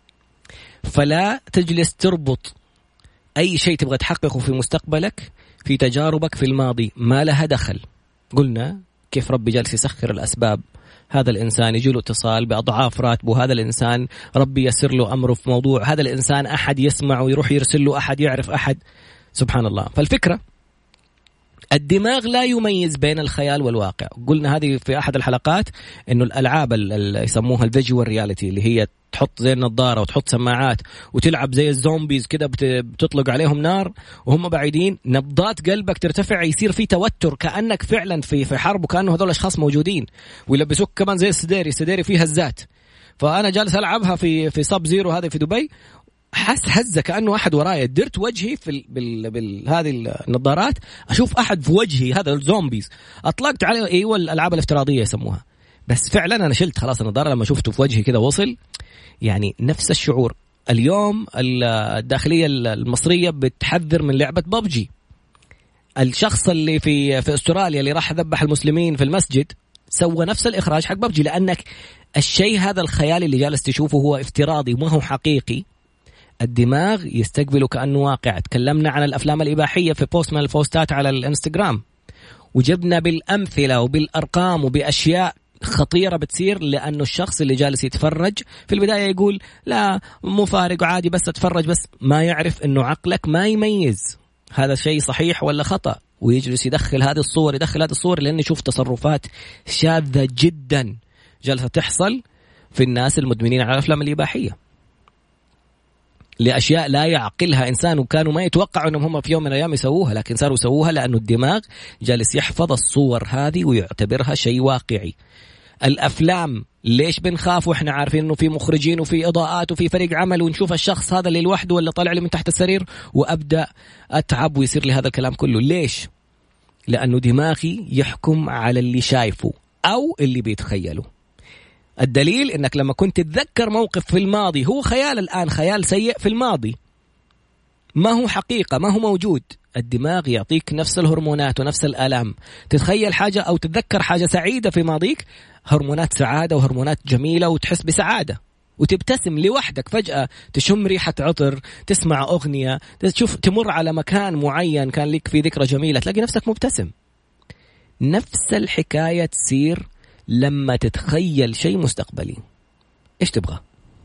فلا تجلس تربط أي شيء تبغى تحققه في مستقبلك في تجاربك في الماضي ما لها دخل. قلنا كيف ربي جالس يسخر الأسباب، هذا الإنسان يجي له اتصال بأضعاف راتبه، هذا الإنسان ربي يسر له أمره في موضوع، هذا الإنسان أحد يسمع ويروح يرسل له أحد يعرف أحد، سبحان الله. فالفكرة الدماغ لا يميز بين الخيال والواقع. قلنا هذه في أحد الحلقات إنه الألعاب اللي يسموها الفيجوال رياليتي اللي هي تحط زي النظارة وتحط سماعات وتلعب زي الزومبيز كده بتطلق عليهم نار وهم بعيدين، نبضات قلبك ترتفع، يصير في توتر كأنك فعلا في حرب وكأنه هذول الأشخاص موجودين، ويلبسوك كمان زي السديري فيها هزات. فأنا جالس ألعبها في سب زيرو هذه في دبي، حس هزة كأنه أحد ورايا، درت وجهي هذه النظارات أشوف أحد في وجهي، هذا الزومبيز أطلقت عليه. أيوة الألعاب الافتراضية يسموها، بس فعلا أنا شلت خلاص النظارة لما شفته في وجهي كده وصل، يعني نفس الشعور. اليوم الداخلية المصرية بتحذر من لعبة ببجي. الشخص اللي في أستراليا اللي راح ذبح المسلمين في المسجد سوى نفس الإخراج حق ببجي، لأنك الشيء هذا الخيال اللي جالس تشوفه هو افتراضي وما هو حقيقي. الدماغ يستقبله كأنه واقع. تكلمنا عن الأفلام الإباحية في بوست من البوستات على الانستغرام، وجبنا بالأمثلة وبالأرقام وبأشياء خطيرة بتصير، لأنه الشخص اللي جالس يتفرج في البداية يقول لا مو فارق عادي بس أتفرج، بس ما يعرف أنه عقلك ما يميز هذا شيء صحيح ولا خطأ، ويجلس يدخل هذه الصور لأنه يشوف تصرفات شاذة جدا جالسة تحصل في الناس المدمنين على الأفلام الإباحية لأشياء لا يعقلها إنسان، وكانوا ما يتوقعوا أنهم هم في يوم من الأيام يسووها، لكن صاروا يسووها لأنه الدماغ جالس يحفظ الصور هذه ويعتبرها شيء واقعي. الأفلام ليش بنخاف وإحنا عارفين أنه في مخرجين وفي إضاءات وفي فريق عمل، ونشوف الشخص هذا اللي لوحده ولا طالع لي من تحت السرير وأبدأ أتعب ويصير لي هذا الكلام كله؟ ليش؟ لأنه دماغي يحكم على اللي شايفه أو اللي بيتخيله. الدليل إنك لما كنت تتذكر موقف في الماضي هو خيال الآن، خيال سيء في الماضي ما هو حقيقة، ما هو موجود، الدماغ يعطيك نفس الهرمونات ونفس الآلام. تتخيل حاجة أو تتذكر حاجة سعيدة في ماضيك، هرمونات سعادة وهرمونات جميلة وتحس بسعادة وتبتسم لوحدك، فجأة تشم ريحة عطر، تسمع أغنية، تشوف تمر على مكان معين كان لك في ذكرى جميلة تلاقي نفسك مبتسم. نفس الحكاية تصير لما تتخيل شيء مستقبلي. إيش تبغى؟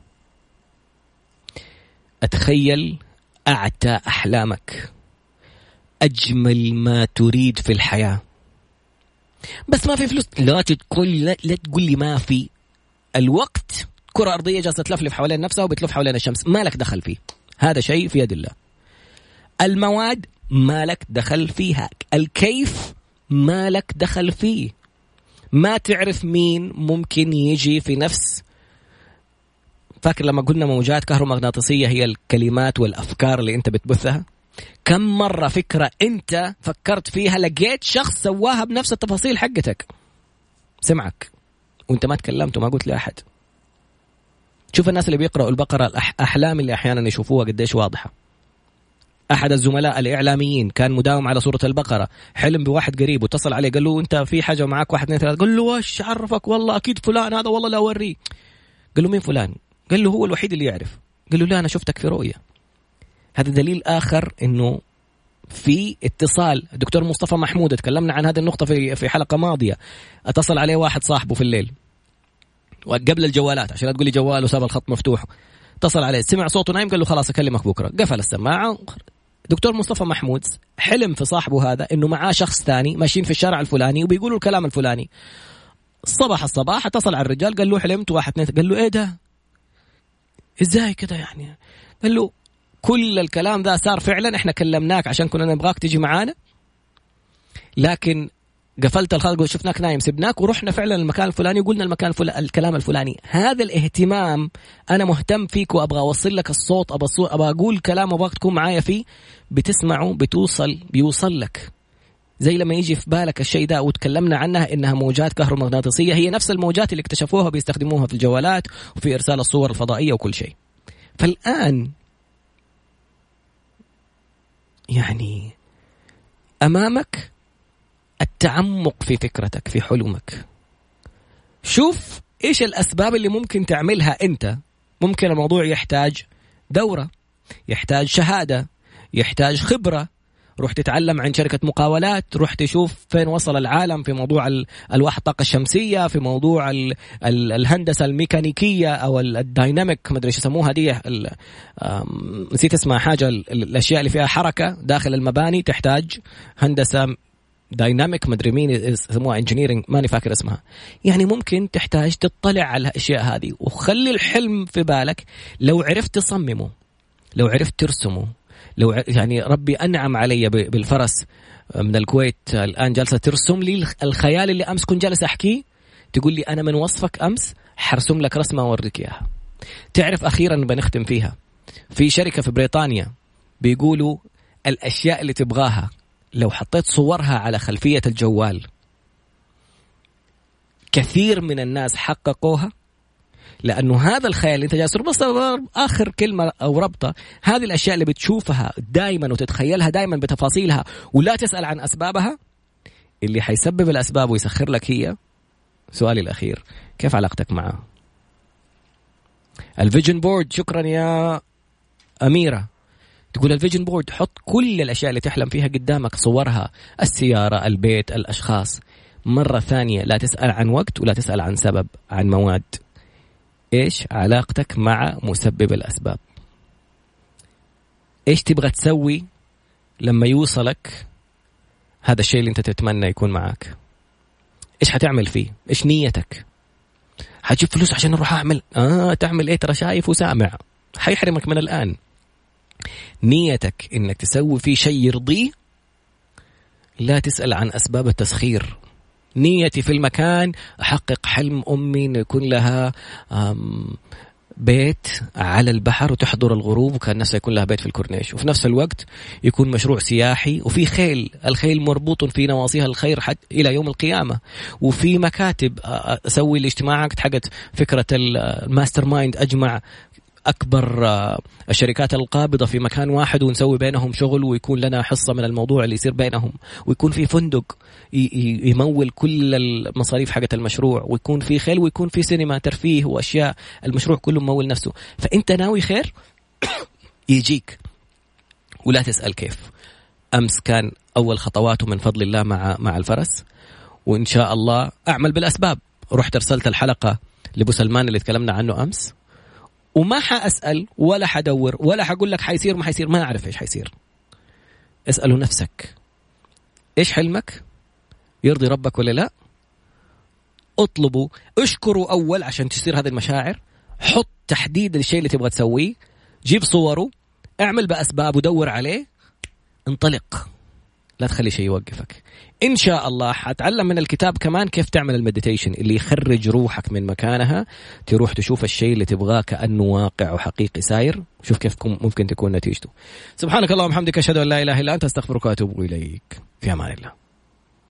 أتخيل أعتى أحلامك، أجمل ما تريد في الحياة، بس ما في فلوس. لا تقول لي ما في. الوقت كرة أرضية جالسة تلفلف حوالين نفسها وبتلف حوالين الشمس، ما لك دخل فيه، هذا شيء في يد الله. المواد ما لك دخل فيها، الكيف ما لك دخل فيه. ما تعرف مين ممكن يجي في نفس. فاكر لما قلنا موجات كهرومغناطيسية هي الكلمات والأفكار اللي أنت بتبثها؟ كم مرة فكرة أنت فكرت فيها لقيت شخص سواها بنفس التفاصيل حقتك، سمعك وأنت ما تكلمت وما قلت لأحد. شوف الناس اللي بيقرأوا البقرة، الأحلام اللي أحيانا يشوفوها قديش واضحة. أحد الزملاء الإعلاميين كان مداوم على سورة البقرة، حلم بواحد قريب واتصل عليه قال له أنت في حاجة معك 1 2 3، قال له وش عرفك؟ والله أكيد فلان هذا، والله لا أوريه. قال له مين فلان؟ قال له هو الوحيد اللي يعرف. قال له لا أنا شفتك في رؤية. هذا دليل آخر إنه في اتصال. الدكتور مصطفى محمود تكلمنا عن هذه النقطة في حلقة ماضية، اتصل عليه واحد صاحبه في الليل وقبل الجوالات عشان تقول لي جواله ساب الخط مفتوح، اتصل عليه سمع صوته نايم، قال له خلاص أكلمك بكرة، قفل السماعة. دكتور مصطفى محمود حلم في صاحبه هذا إنه معاه شخص ثاني ماشيين في الشارع الفلاني وبيقولوا الكلام الفلاني. الصباح اتصل على الرجال قال له حلمت 1 2، قال له إيه ده؟ إزاي كده يعني؟ قال له كل الكلام ذا صار فعلا، احنا كلمناك عشان كنا نبغاك تيجي معانا، لكن قفلت الخلق وشفناك نايم سبناك ورحنا فعلا المكان الفلاني وقلنا الكلام الفلاني. هذا الاهتمام أنا مهتم فيك وأبغى أوصل لك الصوت، أبغى أقول كلام أبغاك تكون معايا فيه، بتسمعه بيوصل لك. زي لما يجي في بالك الشيء ده وتكلمنا عنها إنها موجات كهرومغناطيسية، هي نفس الموجات اللي اكتشفوها بيستخدموها في الجوالات وفي إرسال الصور الفضائية وكل شيء. فالآن يعني أمامك التعمق في فكرتك في حلمك. شوف إيش الأسباب اللي ممكن تعملها أنت. ممكن الموضوع يحتاج دورة، يحتاج شهادة، يحتاج خبرة، روح تتعلم عن شركة مقاولات، روح تشوف فين وصل العالم في موضوع الواح الطاقة الشمسية، في موضوع الهندسة الميكانيكية أو الدايناميك ما أدري إيش يسموها دي، نسيت اسمها حاجة، الأشياء اللي فيها حركة داخل المباني تحتاج هندسة دايناميك ما أدري مين يسموها انجينيرينج، ماني فاكر اسمها. يعني ممكن تحتاج تطلع على الأشياء هذه وخلي الحلم في بالك. لو عرفت تصممه، لو عرفت ترسمه، لو يعني ربي أنعم علي بالفرس من الكويت الآن جالسة ترسم لي الخيال اللي أمس كنت جالس أحكيه، تقول لي أنا من وصفك أمس حرسم لك رسمة وأوريك إياها. تعرف أخيرا بنختم فيها، في شركة في بريطانيا بيقولوا الأشياء اللي تبغاها لو حطيت صورها على خلفية الجوال، كثير من الناس حققوها، لأنه هذا الخيال اللي أنت جالس بس آخر كلمة أو ربطة، هذه الأشياء اللي بتشوفها دائما وتتخيلها دائما بتفاصيلها ولا تسأل عن أسبابها، اللي حيسبب الأسباب ويسخر لك هي. سؤالي الأخير، كيف علاقتك معه؟ الفيجن بورد. شكرا يا أميرة. تقول الفيجن بورد حط كل الأشياء اللي تحلم فيها قدامك، صورها، السيارة، البيت، الأشخاص. مرة ثانية لا تسأل عن وقت ولا تسأل عن سبب، عن مواد. إيش علاقتك مع مسبب الأسباب؟ إيش تبغى تسوي لما يوصلك هذا الشيء اللي أنت تتمنى يكون معك؟ إيش حتعمل فيه؟ إيش نيتك؟ حتجيب فلوس عشان نروح أعمل تعمل إيه؟ ترى شايف وسامع، حيحرمك من الآن. نيتك إنك تسوي فيه شيء يرضيه، لا تسأل عن أسباب التسخير. نيتي في المكان أحقق حلم أمي إنه يكون لها بيت على البحر وتحضر الغروب، وكان نفسها يكون لها بيت في الكورنيش، وفي نفس الوقت يكون مشروع سياحي وفي خيل، الخيل مربوط في نواصيها الخير حتى إلى يوم القيامة، وفي مكاتب أسوي الاجتماعات حقت فكرة الماستر مايند، أجمع أكبر الشركات القابضة في مكان واحد ونسوي بينهم شغل ويكون لنا حصة من الموضوع اللي يصير بينهم، ويكون في فندق يمول كل المصاريف حقت المشروع، ويكون في خيل، ويكون في سينما ترفيه وأشياء، المشروع كله ممول نفسه. فأنت ناوي خير يجيك، ولا تسأل كيف. أمس كان أول خطواته من فضل الله مع الفرس، وإن شاء الله أعمل بالأسباب. رحت أرسلت الحلقة لأبو سلمان اللي تكلمنا عنه أمس، وما حأسأل ولا حدور ولا حقول لك حيصير ما حيصير، ما أعرف إيش حيصير. اسأله نفسك، إيش حلمك؟ يرضي ربك ولا لا؟ اطلبه، اشكره أول عشان تصير هذه المشاعر. حط تحديد للشيء اللي تبغى تسويه، جيب صوره، اعمل بأسباب ودور عليه، انطلق. لا تخلي شيء يوقفك. إن شاء الله حتعلم من الكتاب كمان كيف تعمل المديتيشن اللي يخرج روحك من مكانها، تروح تشوف الشيء اللي تبغاه كأنه واقع وحقيقي ساير. شوف كيف ممكن تكون نتيجته. سبحانك اللهم وبحمدك، أشهد أن لا إله إلا أنت، أستغفرك وأتوب إليك. في أمان الله.